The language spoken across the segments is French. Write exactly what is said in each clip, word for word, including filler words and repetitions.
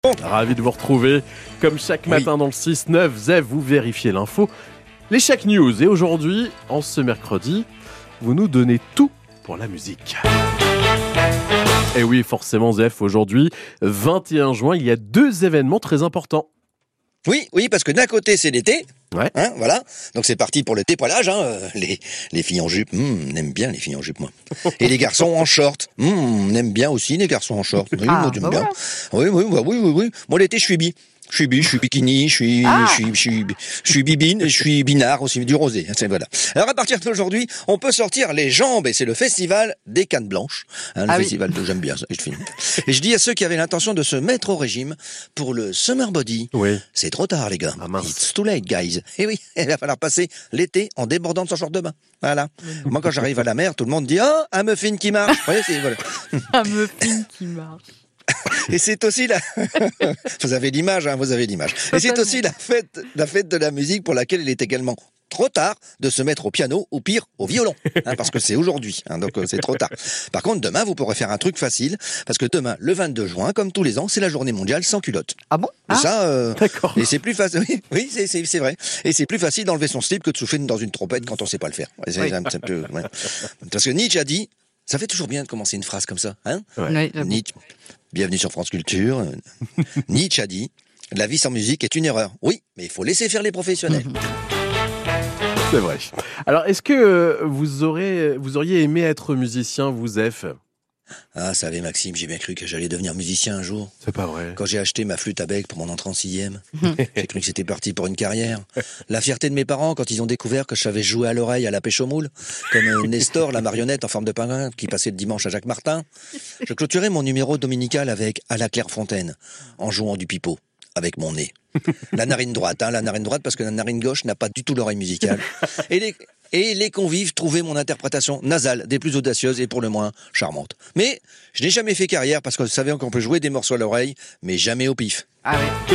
Ravi de vous retrouver. Comme chaque matin oui. dans le six neuf, Zef, vous vérifiez l'info. Les Shake News. Et aujourd'hui, en ce mercredi, vous nous donnez tout pour la musique. Et oui, forcément, Zef, aujourd'hui, vingt et un juin, il y a deux événements très importants. Oui, oui, parce que d'un côté, c'est l'été. Ouais. Hein, voilà. Donc c'est parti pour le tépoilage. Hein. Les, les filles en jupe, hmm, on aime bien les filles en jupe, moi. Et les garçons en short. Hmm, on aime bien aussi les garçons en short. Oui, ah, moi, j'aime bah bien. Voilà. Oui, oui, oui, oui, oui, oui. Moi, l'été, je suis bi. Je suis bi, je suis bikini, je suis, ah. je suis, je suis, je suis bibine, je suis binard aussi, du rosé. C'est voilà. Alors à partir d'aujourd'hui, on peut sortir les jambes et c'est le festival des cannes blanches. Hein, le ah festival oui. de j'aime bien ça. Je finis. Et je dis à ceux qui avaient l'intention de se mettre au régime pour le summer body, oui. c'est trop tard les gars. Ah, mince. It's too late guys. Et oui, il va falloir passer l'été en débordant de son short de bain. Voilà. Mmh. Moi quand j'arrive à la mer, tout le monde dit oh un muffin qui marche. Vous voyez, c'est voilà. Un muffin qui marche. Et c'est aussi la, vous avez l'image, hein, vous avez l'image. Et c'est aussi la fête, la fête de la musique pour laquelle il est également trop tard de se mettre au piano ou pire au violon, hein, parce que c'est aujourd'hui, hein, donc euh, c'est trop tard. Par contre, demain, vous pourrez faire un truc facile, parce que demain, le vingt-deux juin, comme tous les ans, c'est la journée mondiale sans culotte. Ah bon? Et ah. ça, euh, D'accord. Et c'est plus facile. Oui, oui c'est, c'est, c'est vrai. Et c'est plus facile d'enlever son slip que de souffler dans une trompette quand on sait pas le faire. C'est, oui. un, un peu, ouais. Parce que Nietzsche a dit, ça fait toujours bien de commencer une phrase comme ça, hein? Ouais. Oui, Nietzsche. Bienvenue sur France Culture. Nietzsche a dit « La vie sans musique est une erreur ». Oui, mais il faut laisser faire les professionnels. C'est vrai. Alors, est-ce que vous, aurez, vous auriez aimé être musicien, vous, Zef ? Ah, ça savez, Maxime, j'ai bien cru que j'allais devenir musicien un jour. C'est pas vrai. Quand j'ai acheté ma flûte à bec pour mon entrée en sixième, j'ai cru que c'était parti pour une carrière. La fierté de mes parents quand ils ont découvert que je savais jouer à l'oreille à la pêche au moule, comme euh, Nestor, la marionnette en forme de pingouin qui passait le dimanche à Jacques Martin. Je clôturais mon numéro dominical avec « À la Clairefontaine » en jouant du pipeau avec mon nez. La narine droite, hein, la narine droite parce que la narine gauche n'a pas du tout l'oreille musicale. Et les... Et les convives trouvaient mon interprétation nasale, des plus audacieuses et pour le moins charmante. Mais je n'ai jamais fait carrière parce que vous savez qu'on peut jouer des morceaux à l'oreille, mais jamais au pif. Ah oui.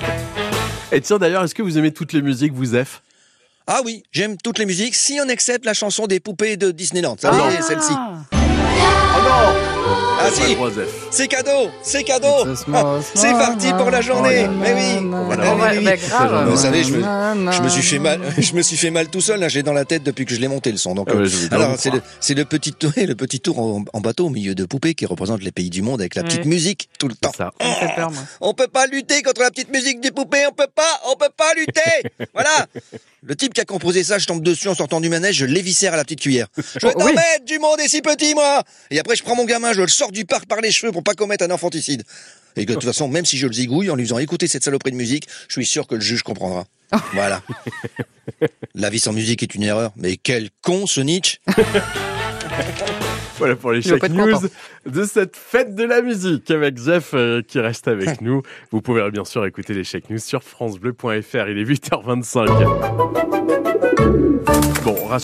Et tiens d'ailleurs, est-ce que vous aimez toutes les musiques, vous, Zef ? Ah oui, j'aime toutes les musiques, si on accepte la chanson des poupées de Disneyland. Ça, ah. c'est celle-ci. Oh non! Ah si, c'est cadeau, c'est cadeau, ah, c'est parti pour la journée. Mais oui, voilà. mais oui, oui. Grave. Vous savez, je me, je me suis fait mal, je me suis fait mal tout seul. Là, j'ai dans la tête depuis que je l'ai monté le son. Donc, ah ouais, alors c'est le, c'est le petit tour, le petit tour en, en bateau au milieu de poupées qui représente les pays du monde avec la petite oui. musique tout le temps. Ça. Oh, ça fait peur, moi. On peut pas lutter contre la petite musique des poupées. On peut pas, on peut pas lutter. Voilà. Le type qui a composé ça, je tombe dessus en sortant du manège, je l'éviscère à la petite cuillère. Je veux t'en oui. mettre, du monde est si petit, moi. Et après, je prends mon gamin, je le sors du parc par les cheveux pour pas commettre un infanticide. Et que de toute façon, même si je le zigouille en lui faisant écouter cette saloperie de musique, je suis sûr que le juge comprendra. Voilà. La vie sans musique est une erreur. Mais quel con ce Nietzsche. Voilà pour les Shake News de cette fête de la musique avec Zef euh, qui reste avec nous. Vous pouvez bien sûr écouter les Shake News sur francebleu point f r. Il est huit heures vingt-cinq. Bon,